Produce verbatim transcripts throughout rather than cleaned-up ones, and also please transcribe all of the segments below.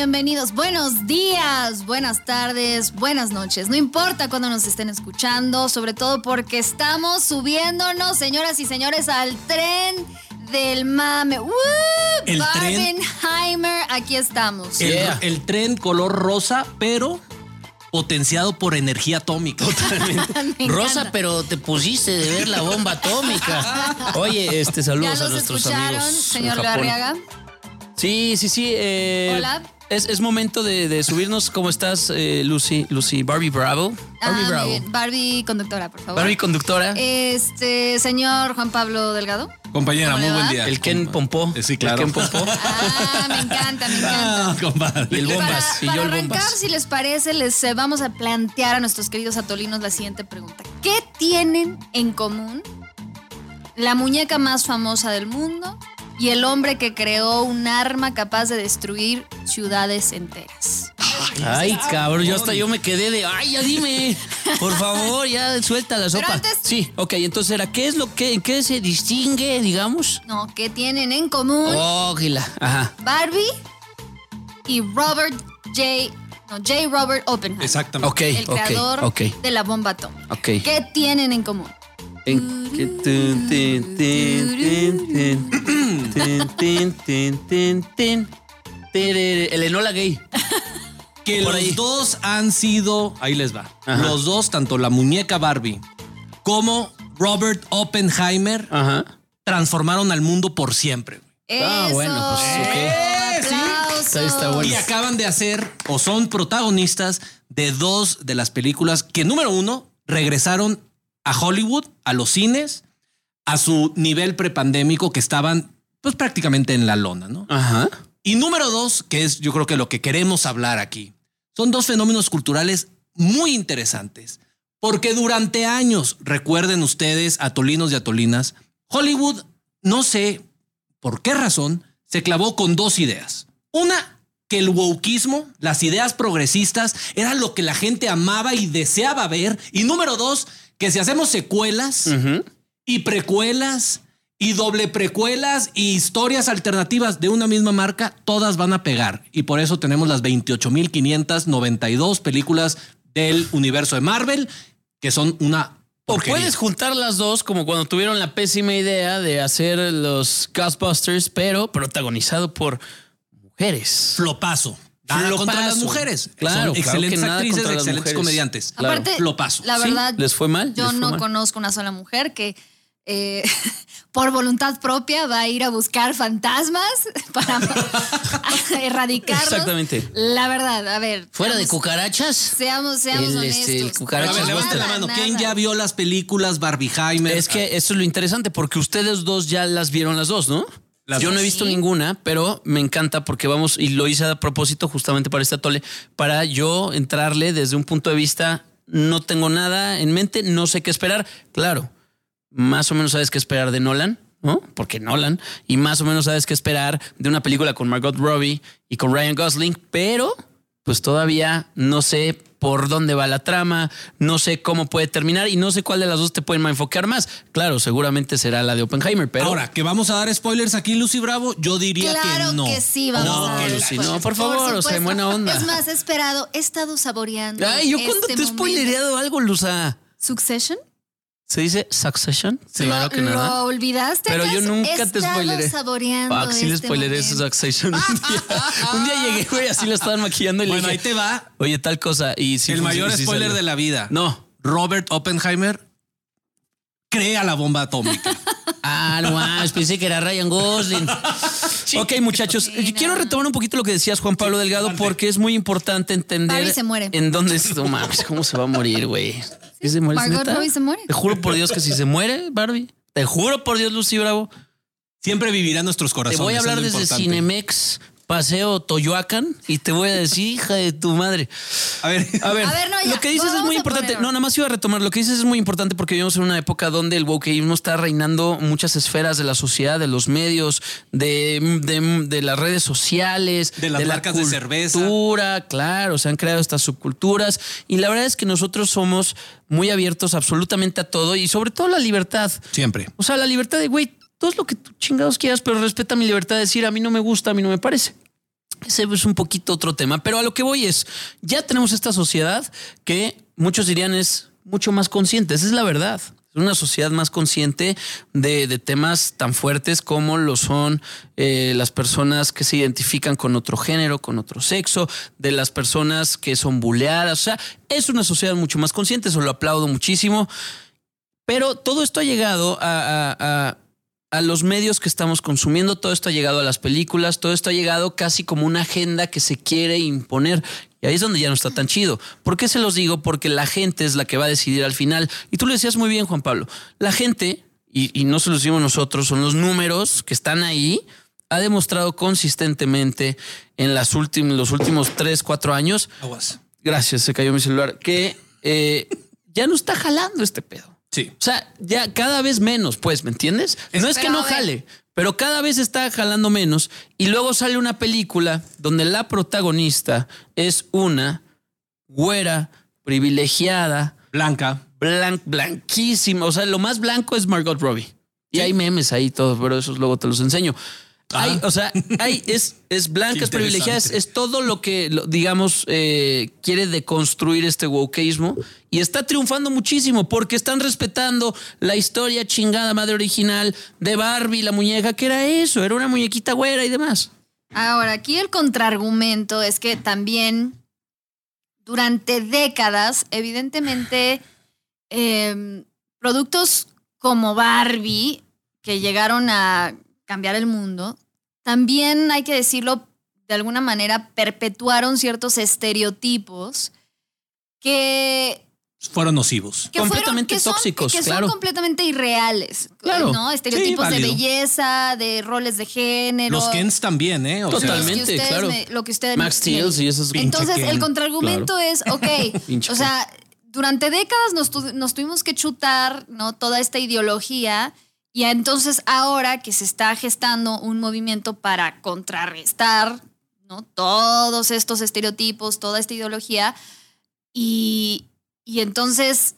bienvenidos. Buenos días, buenas tardes, buenas noches. No importa cuándo nos estén escuchando, sobre todo porque estamos subiéndonos, señoras y señores, al tren del mame. ¡Uh! El Barbenheimer, aquí estamos. El, yeah. el tren color rosa, pero potenciado por energía atómica. Totalmente. Rosa, pero te pusiste de ver la bomba atómica. Oye, este saludos a nuestros amigos. Señor Garriaga. Sí, sí, sí. Eh, Hola. Es, es momento de, de subirnos. ¿Cómo estás, eh, Lucy? Lucy Barbie Bravo. Barbie ah, Bravo. Bien. Barbie conductora, por favor. Barbie conductora. Este, señor Juan Pablo Delgado. Compañera, muy buen día. El Ken Pompó. Sí, claro. El Ken Pompó. Ah, me encanta, me encanta. Ah, compadre. Y el Bombas. Para, y para yo el arrancar, Bombas. si les parece, les eh, vamos a plantear a nuestros queridos atolinos la siguiente pregunta. ¿Qué tienen en común la muñeca más famosa del mundo y el hombre que creó un arma capaz de destruir ciudades enteras? Ay, cabrón, yo hasta yo me quedé de, ay, ya dime, por favor, ya suelta la sopa. Pero antes... Sí, ok, entonces era, ¿qué es lo que, en qué se distingue, digamos? No, ¿qué tienen en común? Oh, gila, ajá. Barbie y Robert J. No, J. Robert Oppenheimer. Exactamente. Ok, el ok, creador ok. de la bomba atómica. Ok. ¿Qué tienen en común? En que tin, tin, tin, tin, tin, tin, tin, tin, tin. El Enola Gay. Que Por los ahí. dos han sido, ahí les va, Ajá. los dos, tanto la muñeca Barbie como Robert Oppenheimer, Ajá. transformaron al mundo por siempre. Ah, Eso. bueno, pues, ok. Eh, sí. Aplausos. Ahí está bueno. Y acaban de hacer, o son protagonistas de dos de las películas que, número uno, regresaron a Hollywood, a los cines, a su nivel prepandémico que estaban pues prácticamente en la lona, ¿no? Ajá. Y número dos, que es yo creo que lo que queremos hablar aquí, son dos fenómenos culturales muy interesantes, porque durante años, recuerden ustedes, atolinos y atolinas, Hollywood, no sé por qué razón, se clavó con dos ideas. Una, que el wokeismo, las ideas progresistas, era lo que la gente amaba y deseaba ver. Y número dos, que si hacemos secuelas uh-huh. y precuelas y doble precuelas y historias alternativas de una misma marca, todas van a pegar. Y por eso tenemos las veintiocho mil quinientas noventa y dos películas del universo de Marvel, que son una porquería. O puedes juntar las dos, como cuando tuvieron la pésima idea de hacer los Ghostbusters, pero protagonizado por mujeres. Flopazo. Nada Flopazo. Contra las mujeres. Claro, son excelentes claro actrices, excelentes mujeres. comediantes. Claro. Aparte, flopazo. la verdad, ¿Sí? ¿Les fue mal? Yo ¿Les fue no mal? conozco una sola mujer que eh, por voluntad propia va a ir a buscar fantasmas para erradicarlos. Exactamente. La verdad, a ver. Fuera seamos, de cucarachas. Seamos, seamos el, honestos. este, el cucarachas. A ver, levanten la mano. Nada, ¿Quién nada. ya vio las películas Barbieheimer? Es que eso es lo interesante, porque ustedes dos ya las vieron las dos, ¿no? Las Yo dos. no he visto Sí. ninguna, pero me encanta porque vamos, y lo hice a propósito justamente para este atole, para yo entrarle desde un punto de vista, no tengo nada en mente, no sé qué esperar. Claro, más o menos sabes qué esperar de Nolan, ¿no? Porque Nolan, y más o menos sabes qué esperar de una película con Margot Robbie y con Ryan Gosling, pero pues todavía no sé por dónde va la trama, no sé cómo puede terminar y no sé cuál de las dos te pueden enfocar más. Claro, seguramente será la de Oppenheimer, pero... Ahora, que vamos a dar spoilers aquí, Lucy Bravo, yo diría Claro que no. que sí, vamos No, a dar Lucy, spoilers. no, por favor, o sea, en buena onda. Es más, he esperado, he estado saboreando. Ay, ¿yo cuándo este te he spoilereado algo, Luza? ¿Succession? ¿Se dice Succession? Sí. Claro que ¿Lo, nada. ¿Lo olvidaste? Pero yo acaso? nunca He te estado spoileré. saboreando Fuck, sí le este spoileré momento. ese Succession un día. Un día llegué, güey, así lo estaban maquillando y Bueno, le ahí dije, te va oye, tal cosa. Y sí el funcionó, mayor sí spoiler salió. de la vida. No. Robert Oppenheimer crea la bomba atómica. Ah, no más, pensé que era Ryan Gosling. Ok, muchachos, Sí, no. quiero retomar un poquito lo que decías, Juan Pablo Delgado, Adelante. porque es muy importante entender Barbie se muere. en dónde es. No mames, ¿cómo se va a morir, güey? ¿Sí se muere? Margot ¿neta? Robbie se muere. Te juro por Dios que si se muere, Barbie. Te juro por Dios, Lucy Bravo. Siempre vivirá en nuestros Te corazones. voy a hablar es lo desde importante. Cinemex, Paseo Toyoacán, y te voy a decir, hija de tu madre. A ver, A ver, A ver, no, ya. lo que dices Vamos es muy a importante. ponerlo. No, nada más iba a retomar. Lo que dices es muy importante porque vivimos en una época donde el wokeísmo está reinando muchas esferas de la sociedad, de los medios, de, de, de las redes sociales, De las marcas de cerveza. cultura, claro, se han creado estas subculturas y la verdad es que nosotros somos muy abiertos absolutamente a todo y sobre todo la libertad. siempre. O sea, la libertad de, güey, todo es lo que tú chingados quieras, pero respeta mi libertad de decir, a mí no me gusta, a mí no me parece. ese es un poquito otro tema, pero a lo que voy es, ya tenemos esta sociedad que muchos dirían es mucho más consciente, esa es la verdad. Es una sociedad más consciente de, de temas tan fuertes como lo son eh, las personas que se identifican con otro género, con otro sexo, de las personas que son buleadas. O sea, es una sociedad mucho más consciente, eso lo aplaudo muchísimo. Pero todo esto ha llegado a, a, a, a los medios que estamos consumiendo, todo esto ha llegado a las películas, todo esto ha llegado casi como una agenda que se quiere imponer. Y ahí es donde ya no está tan chido. ¿Por qué se los digo? Porque la gente es la que va a decidir al final. Y tú lo decías muy bien, Juan Pablo. La gente, y, y no se los decimos nosotros, son los números que están ahí, ha demostrado consistentemente en las últimos, los últimos tres, cuatro años. Aguas. Gracias, se cayó mi celular. Que eh, ya no está jalando este pedo. Sí. O sea, ya cada vez menos, pues, ¿me entiendes? No es que no jale, pero cada vez está jalando menos. Y luego sale una película donde la protagonista es una güera, privilegiada, blanca, blan, blanquísima. O sea, lo más blanco es Margot Robbie. Y sí. Hay memes ahí todos, pero esos luego te los enseño. Ah. Hay, o sea, hay, es, es blanca, es privilegiada, es, es todo lo que, digamos, eh, quiere deconstruir este wokeísmo y está triunfando muchísimo porque están respetando la historia chingada madre original de Barbie, la muñeca, que era eso, era una muñequita güera y demás. Ahora, aquí el contraargumento es que también durante décadas, evidentemente, eh, productos como Barbie, que llegaron a cambiar el mundo, también hay que decirlo de alguna manera, perpetuaron ciertos estereotipos que fueron nocivos. Que completamente fueron, que tóxicos, son, que claro. son completamente irreales, claro. ¿no? Estereotipos sí, de belleza, de roles de género. Los Kens también, ¿eh? O Totalmente, sea, claro. Me, lo que ustedes Max Steel y esos. Entonces, Ken. el contraargumento claro. es, ok, o sea, durante décadas nos, tu, nos tuvimos que chutar, ¿no? Toda esta ideología. Y entonces ahora que se está gestando un movimiento para contrarrestar, ¿no? Todos estos estereotipos, toda esta ideología, y, y entonces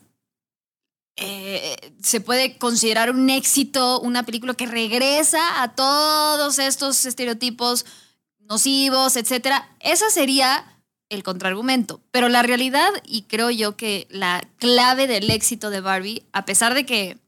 eh, se puede considerar un éxito una película que regresa a todos estos estereotipos nocivos, etcétera. Ese sería el contraargumento. Pero la realidad, y creo yo que la clave del éxito de Barbie, a pesar de que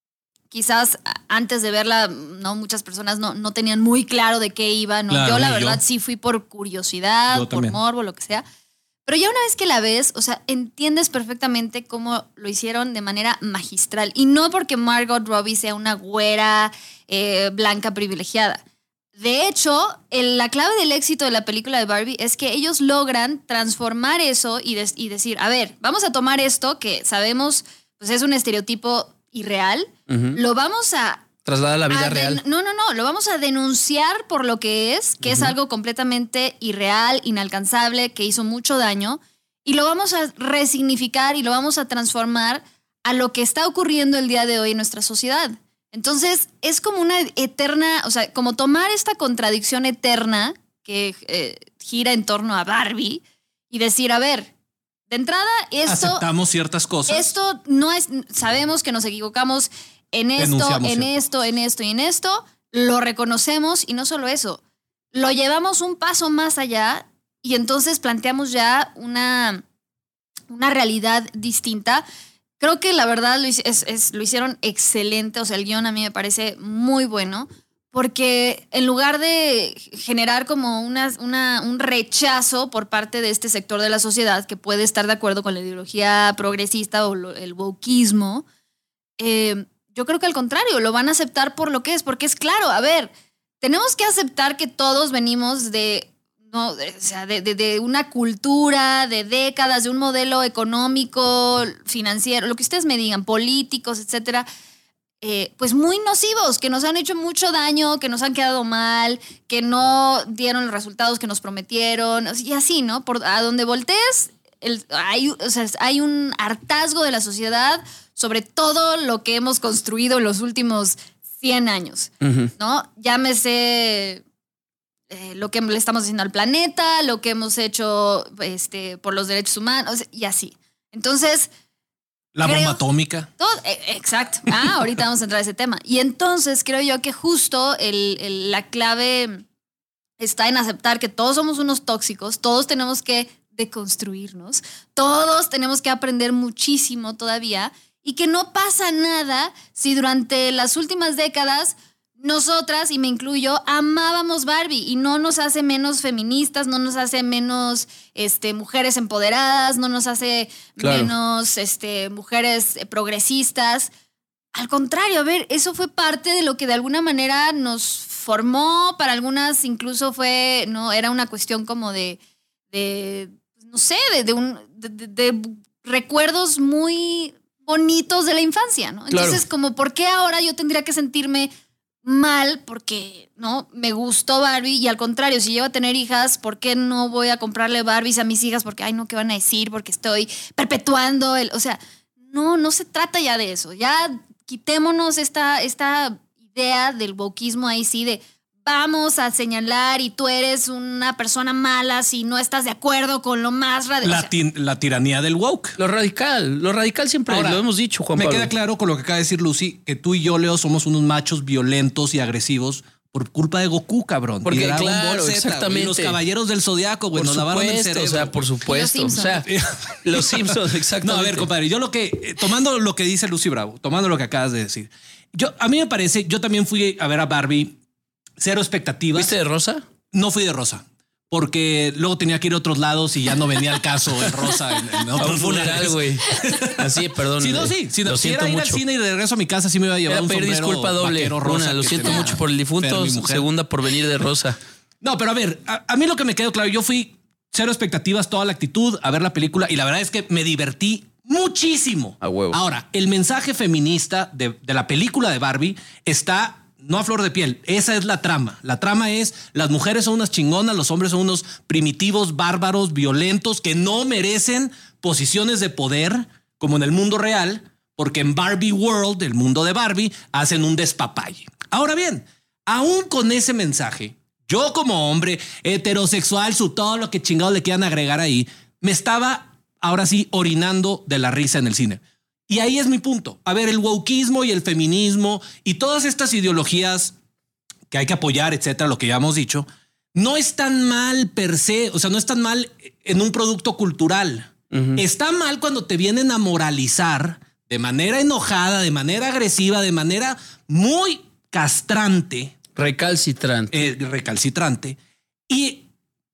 quizás antes de verla, no, muchas personas no, no tenían muy claro de qué iba, ¿no? Claro, yo la yo. verdad sí fui por curiosidad, Yo por también. morbo, lo que sea. Pero ya una vez que la ves, o sea, entiendes perfectamente cómo lo hicieron de manera magistral. Y no porque Margot Robbie sea una güera eh, blanca privilegiada. De hecho, el, la clave del éxito de la película de Barbie es que ellos logran transformar eso y, des, y decir, a ver, vamos a tomar esto que sabemos pues es un estereotipo irreal, uh-huh. lo vamos a... Trasladar a la vida a real. Den- no, no, no, lo vamos a denunciar por lo que es, que uh-huh. es algo completamente irreal, inalcanzable, que hizo mucho daño, y lo vamos a resignificar y lo vamos a transformar a lo que está ocurriendo el día de hoy en nuestra sociedad. Entonces, es como una eterna, o sea, como tomar esta contradicción eterna que eh, gira en torno a Barbie y decir, a ver, de entrada, esto... Aceptamos ciertas cosas. Esto no es... Sabemos que nos equivocamos en esto, en esto, en esto y en esto. Lo reconocemos y no solo eso. Lo llevamos un paso más allá y entonces planteamos ya una, una realidad distinta. Creo que la verdad lo, es, es, lo hicieron excelente. O sea, el guión a mí me parece muy bueno. Porque en lugar de generar como una, una, un rechazo por parte de este sector de la sociedad que puede estar de acuerdo con la ideología progresista o lo, el wokeismo, eh, yo creo que al contrario, lo van a aceptar por lo que es. Porque es claro, a ver, tenemos que aceptar que todos venimos de, no, de, o sea, de, de, de una cultura, de décadas, de un modelo económico, financiero, lo que ustedes me digan, políticos, etcétera, Eh, pues muy nocivos, que nos han hecho mucho daño, que nos han quedado mal, que no dieron los resultados que nos prometieron, y así, ¿no? Por a donde voltees, el, hay, o sea, hay un hartazgo de la sociedad sobre todo lo que hemos construido en los últimos cien años, uh-huh. ¿no? Llámese eh, lo que le estamos haciendo al planeta, lo que hemos hecho este, por los derechos humanos, y así. Entonces... La creo, bomba atómica. Todo, exacto. Ah, ahorita vamos a entrar a ese tema. Y entonces creo yo que justo el, el, la clave está en aceptar que todos somos unos tóxicos, todos tenemos que deconstruirnos, todos tenemos que aprender muchísimo todavía y que no pasa nada si durante las últimas décadas nosotras, y me incluyo, amábamos Barbie y no nos hace menos feministas, no nos hace menos este, mujeres empoderadas, no nos hace claro. menos este, mujeres progresistas. Al contrario, a ver, eso fue parte de lo que de alguna manera nos formó, para algunas incluso fue, no, era una cuestión como de, de no sé, de, de, un, de, de, de recuerdos muy bonitos de la infancia, ¿no? Entonces, claro. como, ¿por qué ahora yo tendría que sentirme mal porque no me gustó Barbie? Y al contrario, si llego a tener hijas, ¿por qué no voy a comprarle Barbies a mis hijas? Porque, ay, no, ¿qué van a decir? Porque estoy perpetuando el... O sea, no, no se trata ya de eso. Ya quitémonos esta, esta idea del wokismo ahí sí de vamos a señalar y tú eres una persona mala si no estás de acuerdo con lo más radical. La, o sea, ti- la tiranía del woke. Lo radical, lo radical siempre Ahora, lo hemos dicho, Juan me Pablo. Me queda claro con lo que acaba de decir Lucy, que tú y yo, Leo, somos unos machos violentos y agresivos por culpa de Goku, cabrón. Porque, y Dragon claro, Ball Z, exactamente. güey, los caballeros del Zodiaco, güey, nos lavaron el cerebro. O sea, por supuesto. Los o sea, los Simpsons, exactamente. No, a ver, compadre, yo lo que, eh, tomando lo que dice Lucy Bravo, tomando lo que acabas de decir, yo, a mí me parece, yo también fui a ver a Barbie, cero expectativas. ¿Viste de rosa? No fui de rosa. Porque luego tenía que ir a otros lados y ya no venía al caso en rosa. En, en a un funeral, güey. Así, perdón. Si no, sí. Si, lo no, si siento era ir mucho. al cine y de regreso a mi casa, sí me iba a llevar Era un pedir sombrero disculpa doble. rosa. Una, lo siento tenía mucho por el difunto. Segunda, por venir de rosa. No, pero a ver, a, a mí lo que me quedó claro, yo fui cero expectativas, toda la actitud, a ver la película y la verdad es que me divertí muchísimo. A huevo. Ahora, el mensaje feminista de, de la película de Barbie está... no a flor de piel, esa es la trama. La trama es las mujeres son unas chingonas, los hombres son unos primitivos, bárbaros, violentos que no merecen posiciones de poder como en el mundo real, porque en Barbie World, el mundo de Barbie, hacen un despapalle. Ahora bien, aún con ese mensaje, yo como hombre heterosexual, su todo lo que chingados le quieran agregar ahí, me estaba ahora sí orinando de la risa en el cine. Y ahí es mi punto. A ver, el wokeismo y el feminismo y todas estas ideologías que hay que apoyar, etcétera, lo que ya hemos dicho, no están mal per se, o sea, no están mal en un producto cultural. Uh-huh. Está mal cuando te vienen a moralizar de manera enojada, de manera agresiva, de manera muy castrante. Recalcitrante. Eh, recalcitrante. Y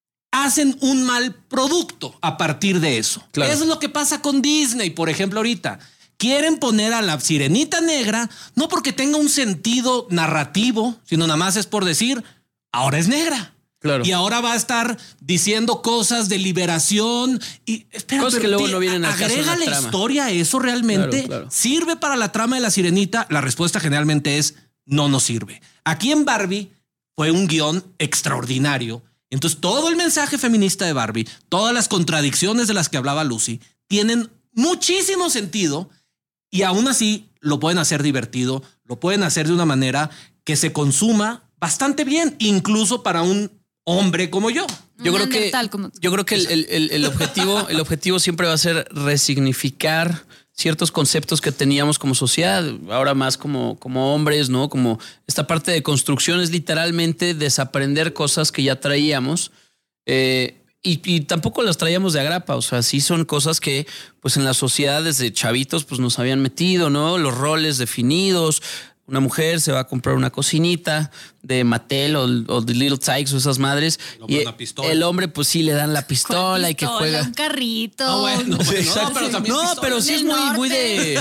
hacen un mal producto a partir de eso. Claro. Eso es lo que pasa con Disney, por ejemplo, ahorita. Quieren poner a la sirenita negra, no porque tenga un sentido narrativo, sino nada más es por decir, ahora es negra. Claro. Y ahora va a estar diciendo cosas de liberación y espera, cosas que luego no vienen a caso en la agrega la trama. Historia, eso realmente claro, claro. sirve para la trama de la sirenita. La respuesta generalmente es no nos sirve. Aquí en Barbie fue un guión extraordinario. Entonces todo el mensaje feminista de Barbie, todas las contradicciones de las que hablaba Lucy, tienen muchísimo sentido. Y aún así lo pueden hacer divertido, lo pueden hacer de una manera que se consuma bastante bien, incluso para un hombre como yo. Yo creo que, yo creo que el, el, el, objetivo, el objetivo siempre va a ser resignificar ciertos conceptos que teníamos como sociedad, ahora más como, como hombres, ¿no? Como esta parte de construcción es literalmente desaprender cosas que ya traíamos. Eh, Y, y tampoco las traíamos de agrapa, o sea, sí son cosas que pues en la sociedad desde chavitos pues nos habían metido, ¿no? Los roles definidos, una mujer se va a comprar una cocinita de Mattel o, o de Little Tikes o esas madres y el hombre pues sí le dan la pistola, pistola y que juega. Un carrito. No, bueno, bueno, no, pero también no, pero sí es muy, muy de...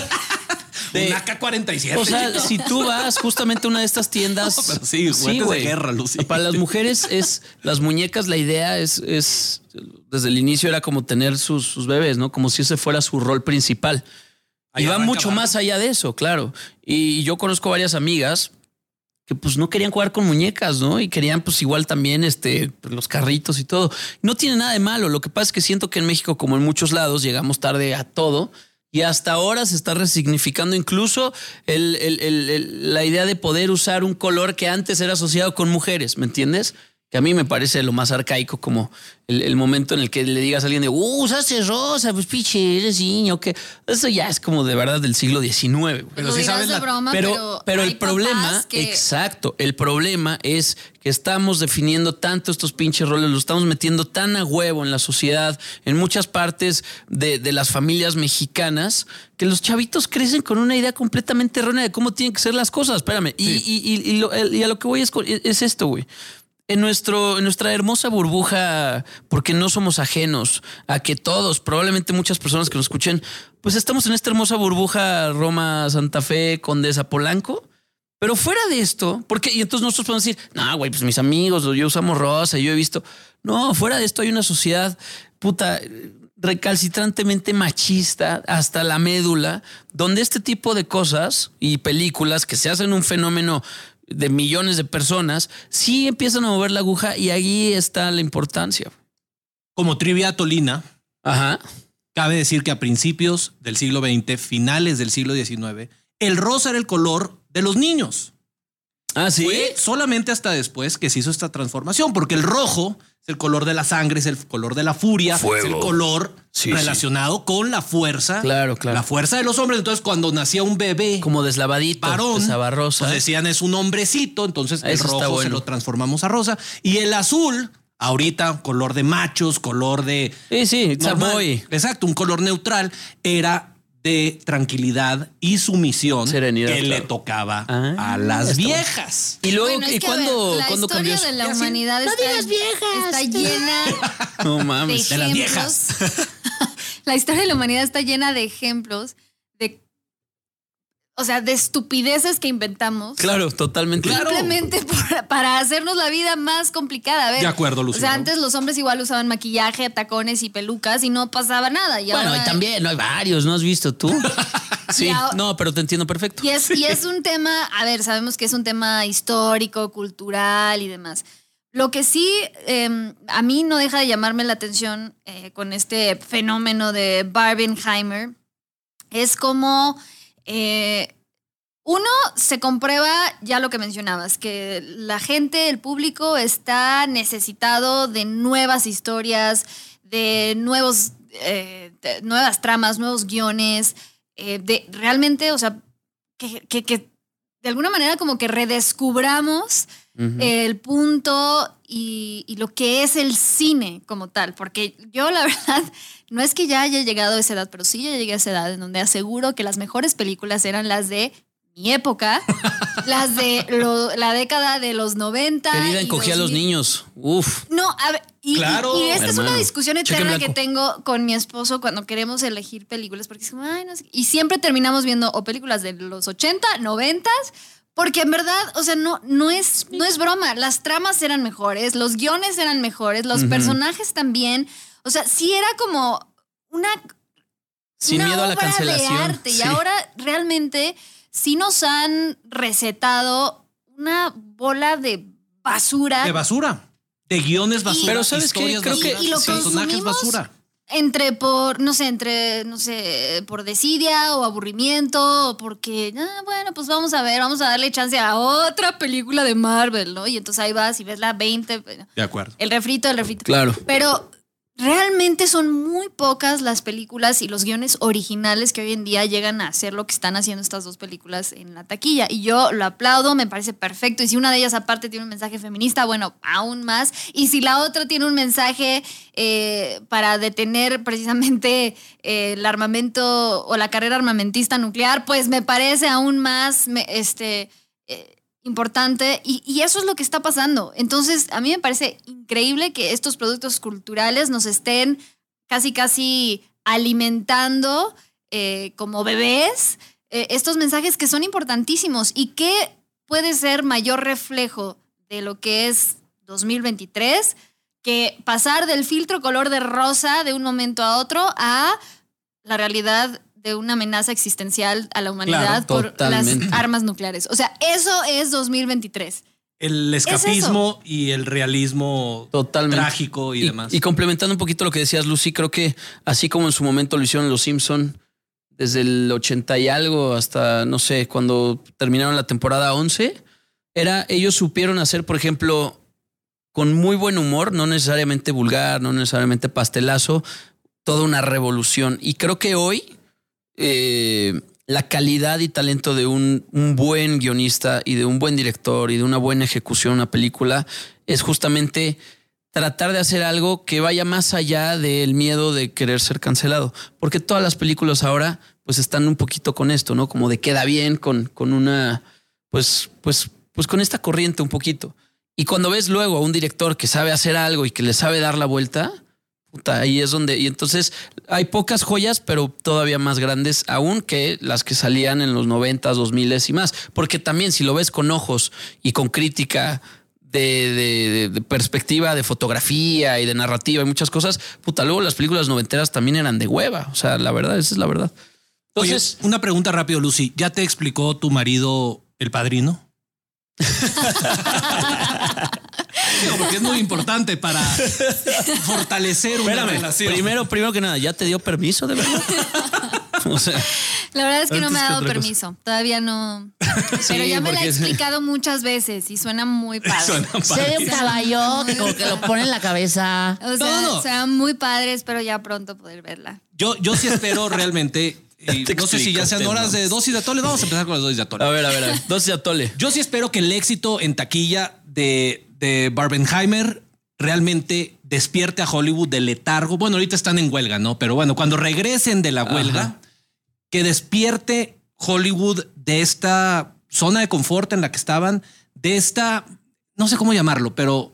De, una A K cuarenta y siete. O sea, chico. Si tú vas justamente a una de estas tiendas. No, pero sí, sí, güey. De guerra, Lucy. Para las mujeres es las muñecas. La idea es, es desde el inicio era como tener sus, sus bebés, ¿no? Como si ese fuera su rol principal. Ahí y va mucho más allá de eso, claro. Y yo conozco varias amigas que pues no querían jugar con muñecas, ¿no? Y querían pues igual también este, los carritos y todo. No tiene nada de malo. Lo que pasa es que siento que en México, como en muchos lados, llegamos tarde a todo. Y hasta ahora se está resignificando incluso el, el, el, el, la idea de poder usar un color que antes era asociado con mujeres, ¿me entiendes? que a mí me parece lo más arcaico, como el, el momento en el que le digas a alguien de, uh, usaste rosa, pues pinche, eres niño, que eso ya es como de verdad del siglo diecinueve. Pero sí sabes la broma, pero, pero, pero hay el problema, que... exacto, el problema es que estamos definiendo tanto estos pinches roles, los estamos metiendo tan a huevo en la sociedad, en muchas partes de, de las familias mexicanas, que los chavitos crecen con una idea completamente errónea de cómo tienen que ser las cosas. Espérame, sí. y, y, y, y, lo, y a lo que voy es, es esto, güey. En, nuestro, en nuestra hermosa burbuja, porque no somos ajenos a que todos, probablemente muchas personas que nos escuchen, pues estamos en esta hermosa burbuja Roma, Santa Fe, Condesa, Polanco. Pero fuera de esto, porque y entonces nosotros podemos decir, no, güey, pues mis amigos, yo usamos rosa, yo he visto. No, fuera de esto hay una sociedad puta recalcitrantemente machista hasta la médula, donde este tipo de cosas y películas que se hacen un fenómeno de millones de personas, sí empiezan a mover la aguja y ahí está la importancia. Como trivia tolina, Ajá. cabe decir que a principios del siglo veinte, finales del siglo diecinueve, el rosa era el color de los niños. Ah, sí. Fue solamente hasta después que se hizo esta transformación, porque el rojo es el color de la sangre, es el color de la furia, Fuego. es el color sí, relacionado sí. con la fuerza. Claro, claro. La fuerza de los hombres. Entonces, cuando nacía un bebé como deslavadito, varón, desabarrosa, pues decían es un hombrecito, entonces el Eso rojo bueno. se lo transformamos a rosa. Y el azul, ahorita, color de machos, color de... Sí, sí, it's a boy. Exacto, un color neutral, era de tranquilidad y sumisión Serenidad, que claro. le tocaba ah, a las viejas. Y luego, bueno, ¿y cuándo, ver, la ¿cuándo cambió historia eso? de la humanidad No está, digas viejas. está llena No mames. de, de las ejemplos. viejas. La historia de la humanidad está llena de ejemplos de, o sea, de estupideces que inventamos. Claro, totalmente. Claro. Simplemente por, para hacernos la vida más complicada. A ver, De acuerdo, Lucía. O sea, antes los hombres igual usaban maquillaje, tacones y pelucas y no pasaba nada. Y Bueno, ahora, y también, no hay varios, ¿no has visto tú? Sí, ahora, no, pero te entiendo perfecto. Y es, sí. y es un tema, a ver, sabemos que es un tema histórico, cultural y demás. Lo que sí eh, a mí no deja de llamarme la atención eh, con este fenómeno de Barbenheimer es como... Eh, Uno, se comprueba ya lo que mencionabas, que la gente, el público está necesitado de nuevas historias, de nuevos, eh, de nuevas tramas, nuevos guiones, eh, de realmente, o sea, que, que, que de alguna manera como que redescubramos uh-huh. el punto y, y lo que es el cine como tal, porque yo la verdad... No es que ya haya llegado a esa edad, pero sí ya llegué a esa edad en donde aseguro que las mejores películas eran las de mi época, las de lo, la década de los noventa. Querida, encogía a los niños. Uf. No, a ver, y, claro, y, y esta hermano. es una discusión eterna que tengo con mi esposo cuando queremos elegir películas, porque es como, ay, no sé. Y siempre terminamos viendo o películas de los ochenta, noventa, porque en verdad, o sea, no, no, es, no es broma. Las tramas eran mejores, los guiones eran mejores, los uh-huh. personajes también. O sea, sí era como una, Sin una miedo obra a la cancelación. de arte. Sí. Y ahora realmente sí nos han recetado una bola de basura. De basura. De guiones basura. Y, pero ¿sabes qué? Creo basura, que y lo personajes basura. Entre por, no sé, entre, no sé, por desidia o aburrimiento, o porque, ah, bueno, pues vamos a ver, vamos a darle chance a otra película de Marvel, ¿no? Y entonces ahí vas y ves la veinte. De acuerdo. El refrito, el refrito. Claro. Pero realmente son muy pocas las películas y los guiones originales que hoy en día llegan a hacer lo que están haciendo estas dos películas en la taquilla. Y yo lo aplaudo, me parece perfecto. Y si una de ellas aparte tiene un mensaje feminista, bueno, aún más. Y si la otra tiene un mensaje eh, para detener precisamente eh, el armamento o la carrera armamentista nuclear, pues me parece aún más me, este, eh, importante. Y, y eso es lo que está pasando. Entonces, a mí me parece increíble que estos productos culturales nos estén casi, casi alimentando eh, como bebés eh, estos mensajes que son importantísimos. ¿Y qué puede ser mayor reflejo de lo que es dos mil veintitrés que pasar del filtro color de rosa de un momento a otro a la realidad de una amenaza existencial a la humanidad Claro, por totalmente. las armas nucleares? O sea, eso es dos mil veintitrés. El escapismo y el realismo Totalmente. trágico y, y demás. Y complementando un poquito lo que decías, Lucy, creo que así como en su momento lo hicieron los Simpson desde el ochenta y algo hasta, no sé, cuando terminaron la temporada once, era, ellos supieron hacer, por ejemplo, con muy buen humor, no necesariamente vulgar, no necesariamente pastelazo, toda una revolución. Y creo que hoy eh, la calidad y talento de un, un buen guionista y de un buen director y de una buena ejecución de una película es justamente tratar de hacer algo que vaya más allá del miedo de querer ser cancelado. Porque todas las películas ahora pues están un poquito con esto, ¿no? Como de queda bien con, con una, pues, pues, pues con esta corriente un poquito. Y cuando ves luego a un director que sabe hacer algo y que le sabe dar la vuelta, puta, ahí es donde... Y entonces hay pocas joyas, pero todavía más grandes aún que las que salían en los noventas, dos miles y más. Porque también si lo ves con ojos y con crítica de, de, de perspectiva, de fotografía y de narrativa y muchas cosas, puta, luego las películas noventeras también eran de hueva. O sea, la verdad, esa es la verdad. Entonces, oye, una pregunta rápido, Lucy. ¿Ya te explicó tu marido El Padrino? Digo, porque es muy importante para fortalecer una espérame, relación. Primero, primero que nada, ¿ya te dio permiso de verdad? O sea, la verdad es que no me ha antes que dado otra permiso. cosa. Todavía no. Sí, Pero ya me la ha porque- explicado muchas veces y suena muy padre. Suena Sé padre. de un caballo que como que lo pone en la cabeza. O sea, No, no, no. suena muy padre, espero ya pronto poder verla. Yo, yo sí espero realmente. Y Te no sé si explico, ya sean te horas de mamas. dosis de atole. Vamos a empezar con las dosis de atole. A ver, a ver, a ver. Dosis de atole. Yo sí espero que el éxito en taquilla de, de Barbenheimer realmente despierte a Hollywood del letargo. Bueno, ahorita están en huelga, ¿no? Pero bueno, cuando regresen de la huelga, Ajá. que despierte Hollywood de esta zona de confort en la que estaban, de esta, no sé cómo llamarlo, pero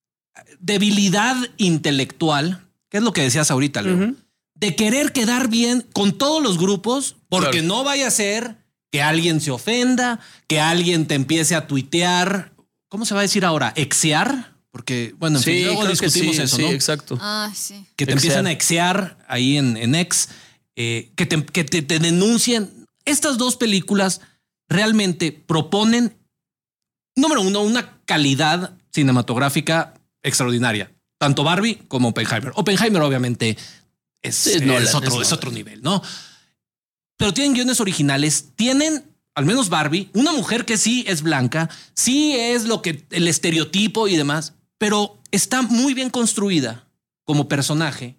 debilidad intelectual, que es lo que decías ahorita, Leo, Ujú. de querer quedar bien con todos los grupos, porque Claro. no vaya a ser que alguien se ofenda, que alguien te empiece a tuitear. ¿Cómo se va a decir ahora? ¿Exear? Porque, bueno, en fin, Sí, luego creo que discutimos sí, eso, sí, ¿no? exacto. Ay, sí. Que te Exear. empiezan a exear ahí en, en X, eh, que, te, que te, te denuncien. Estas dos películas realmente proponen, número uno, una calidad cinematográfica extraordinaria. Tanto Barbie como Oppenheimer. Oppenheimer, obviamente, es, Sí, es es Nolan, otro, es Nolan. es otro nivel, ¿no? Pero tienen guiones originales, tienen, al menos Barbie, una mujer que sí es blanca, sí es lo que el estereotipo y demás, pero está muy bien construida como personaje.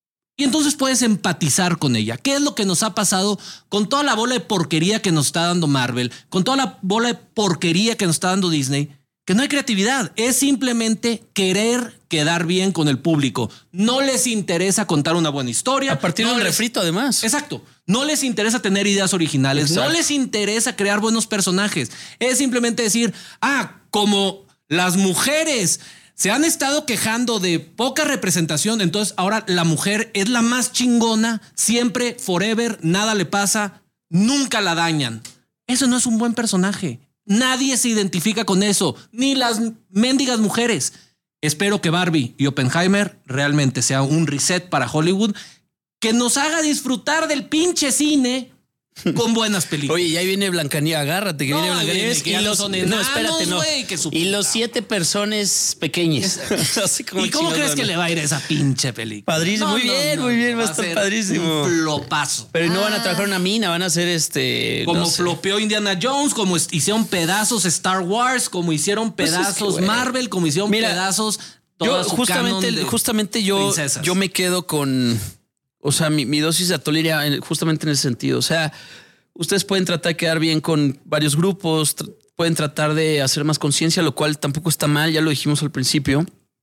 Y entonces puedes empatizar con ella. ¿Qué es lo que nos ha pasado con toda la bola de porquería que nos está dando Marvel, con toda la bola de porquería que nos está dando Disney? Que no hay creatividad, es simplemente querer quedar bien con el público. No les interesa contar una buena historia. A partir no de un les- refrito, además. Exacto. No les interesa tener ideas originales. Exacto. No les interesa crear buenos personajes. Es simplemente decir, ah, como las mujeres se han estado quejando de poca representación, entonces ahora la mujer es la más chingona, siempre, forever, nada le pasa, nunca la dañan. Eso no es un buen personaje. Nadie se identifica con eso, ni las mendigas mujeres. Espero que Barbie y Oppenheimer realmente sea un reset para Hollywood que nos haga disfrutar del pinche cine con buenas películas. Oye, ya viene Blancanieves, agárrate que No, viene Blancanieves viene, que y ya no los son no, enanos, espérate, no. güey, que su Y los puta siete personas pequeñas. Así como ¿Y cómo chingados crees van que a- le va a ir a esa pinche película? Padrísimo, muy bien, muy bien, va a estar ser padrísimo. Un flopazo. Pero no van a trabajar una mina, van a hacer este. Como no sé. flopeó Indiana Jones, como est- hicieron pedazos Star Wars, como hicieron Pues es que, pedazos güey. Marvel, como hicieron Mira, pedazos Yo toda su justamente, canon de justamente yo, princesas. yo me quedo con, o sea, mi, mi dosis de atole iría en- justamente en ese sentido. O sea, ustedes pueden tratar de quedar bien con varios grupos, tr- pueden tratar de hacer más conciencia, lo cual tampoco está mal, ya lo dijimos al principio.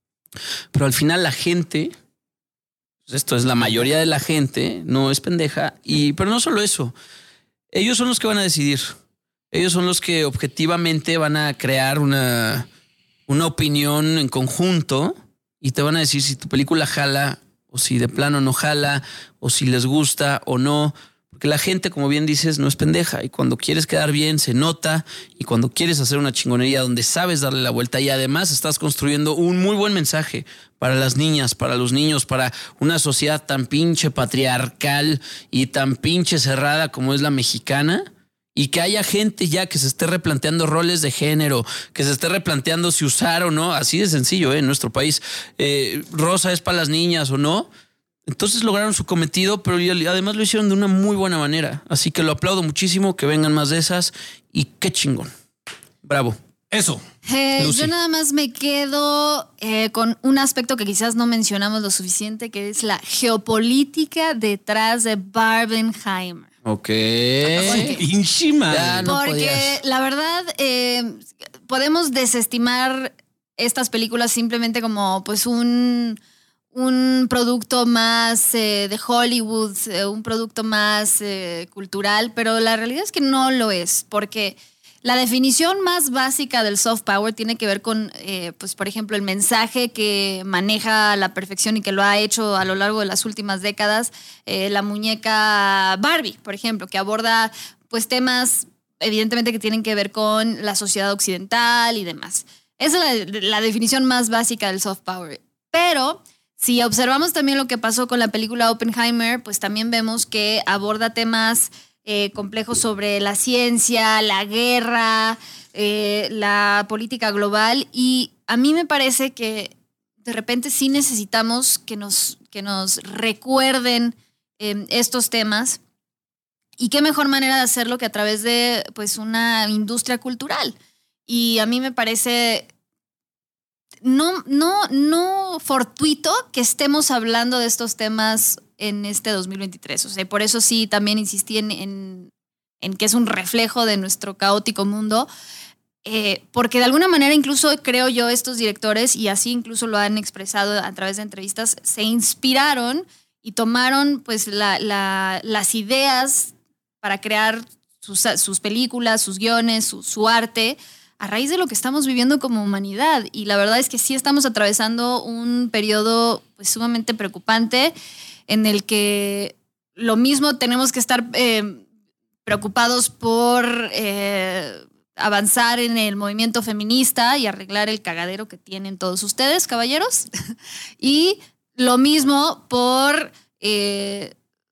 Pero al final la gente, pues esto es la mayoría de la gente, no es pendeja. Y, pero no solo eso, ellos son los que van a decidir. Ellos son los que objetivamente van a crear una, una opinión en conjunto y te van a decir si tu película jala o si de plano no jala o si les gusta o no. Porque la gente, como bien dices, no es pendeja y cuando quieres quedar bien se nota y cuando quieres hacer una chingonería donde sabes darle la vuelta y además estás construyendo un muy buen mensaje para las niñas, para los niños, para una sociedad tan pinche patriarcal y tan pinche cerrada como es la mexicana. Y que haya gente ya que se esté replanteando roles de género, que se esté replanteando si usar o no, así de sencillo, ¿eh? En nuestro país, eh, rosa es para las niñas o no. Entonces lograron su cometido, pero además lo hicieron de una muy buena manera. Así que lo aplaudo muchísimo, que vengan más de esas y qué chingón. Bravo. Eso. Eh, Lucy. yo nada más me quedo eh, con un aspecto que quizás no mencionamos lo suficiente, que es la geopolítica detrás de Barbenheimer. Ok. Pinche madre. Ya, no Porque podías. la verdad, eh, podemos desestimar estas películas simplemente como pues un, un producto más eh, de Hollywood, eh, un producto más eh, cultural, pero la realidad es que no lo es, porque la definición más básica del soft power tiene que ver con, eh, pues, por ejemplo, el mensaje que maneja a la perfección y que lo ha hecho a lo largo de las últimas décadas eh, la muñeca Barbie, por ejemplo, que aborda pues temas evidentemente que tienen que ver con la sociedad occidental y demás. Esa es la, la definición más básica del soft power. Pero si observamos también lo que pasó con la película Oppenheimer, pues también vemos que aborda temas Eh, complejos sobre la ciencia, la guerra, eh, la política global, y a mí me parece que de repente sí necesitamos que nos, que nos recuerden eh, estos temas, y qué mejor manera de hacerlo que a través de pues una industria cultural. Y a mí me parece no, no, no fortuito que estemos hablando de estos temas en este dos mil veintitrés. O sea, por eso sí también insistí en, en, en que es un reflejo de nuestro caótico mundo, eh, porque de alguna manera incluso creo yo estos directores, y así incluso lo han expresado a través de entrevistas, se inspiraron y tomaron pues la, la, las ideas para crear sus, sus películas, sus guiones, su, su arte, a raíz de lo que estamos viviendo como humanidad. Y la verdad es que sí estamos atravesando un periodo pues sumamente preocupante, en el que lo mismo tenemos que estar eh, preocupados por eh, avanzar en el movimiento feminista y arreglar el cagadero que tienen todos ustedes, caballeros. Y lo mismo por eh,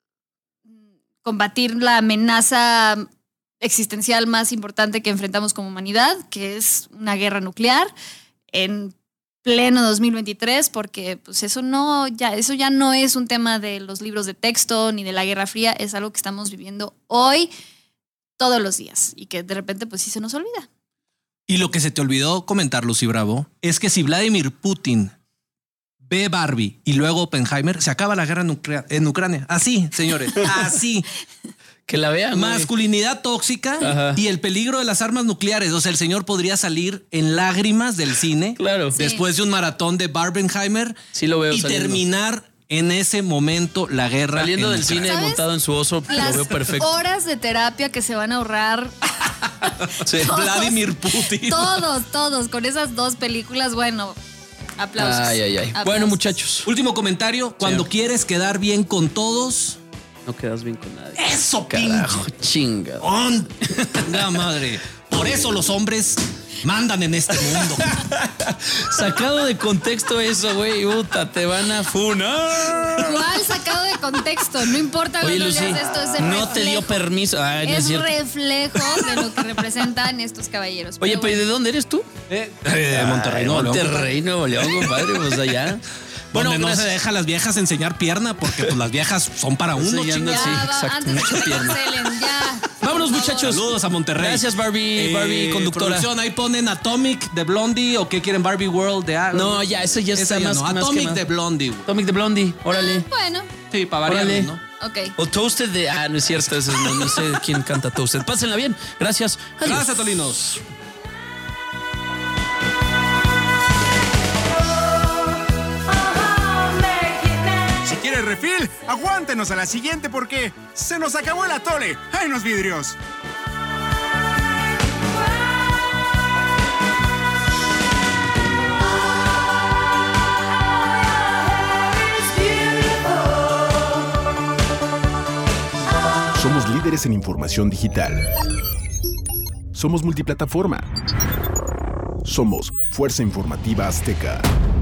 combatir la amenaza existencial más importante que enfrentamos como humanidad, que es una guerra nuclear en pleno dos mil veintitrés, porque pues eso no ya eso ya no es un tema de los libros de texto ni de la Guerra Fría, es algo que estamos viviendo hoy todos los días y que de repente pues sí se nos olvida. Y lo que se te olvidó comentar, Lucy Bravo, es que si Vladimir Putin ve Barbie y luego Oppenheimer, se acaba la guerra nuclea- en Ucrania. Así, señores, así. Que la vean. güey. Masculinidad tóxica Ajá. y el peligro de las armas nucleares. O sea, el señor podría salir en lágrimas del cine Claro. Sí. después de un maratón de Barbenheimer Sí lo veo y saliendo. terminar en ese momento la guerra. Saliendo en del Ucrania. cine ¿Sabes? montado en su oso, lo Las veo perfecto. horas de terapia que se van a ahorrar Sí. Vladimir Putin. todos, todos, con esas dos películas, bueno, aplausos. Ay, ay, ay. Aplausos. Bueno, muchachos. Último comentario. Cuando Sí. quieres quedar bien con todos, No quedas bien con nadie. eso, Carajo, pinche. chinga. On. La madre. Por eso los hombres mandan en este mundo. Sacado de contexto eso, güey. Puta, te van a funar. ¿Cuál sacado de contexto? No importa Oye, cuando Lucy, leas esto, es el no te dio reflejo. permiso. Ay, no es Es cierto. reflejo de lo que representan estos caballeros. Oye, Pero pero ¿y bueno. de dónde eres tú? Eh, de Monterrey, Ay, no, Monterrey, Nuevo León, compadre, pues allá. Bueno, Bueno, no gracias. se deja a las viejas enseñar pierna porque pues las viejas son para uno, Enseñando, chingada. Ya, sí, va, exacto, antes de mucha que te pierna. cancelen, ya. Vámonos, Por favor. muchachos. Saludos a Monterrey. Gracias, Barbie, Barbie, conductora. Producción, ahí ponen Atomic de Blondie o qué quieren Barbie World de algo. No, ya, eso ya Esa está ya más, no. más que Atomic más. de Blondie. güey. Atomic de Blondie, órale. Bueno, Sí, para variar, Órale. ¿no? ok. O Toasted de... Ah, no es cierto, eso es- no, no sé quién canta Toasted. Pásenla bien. Gracias. Adiós. Gracias, Tolinos. Si quieres refil, aguántenos a la siguiente porque se nos acabó el atole. ¡Ay, los vidrios! Somos líderes en información digital. Somos multiplataforma. Somos Fuerza Informativa Azteca.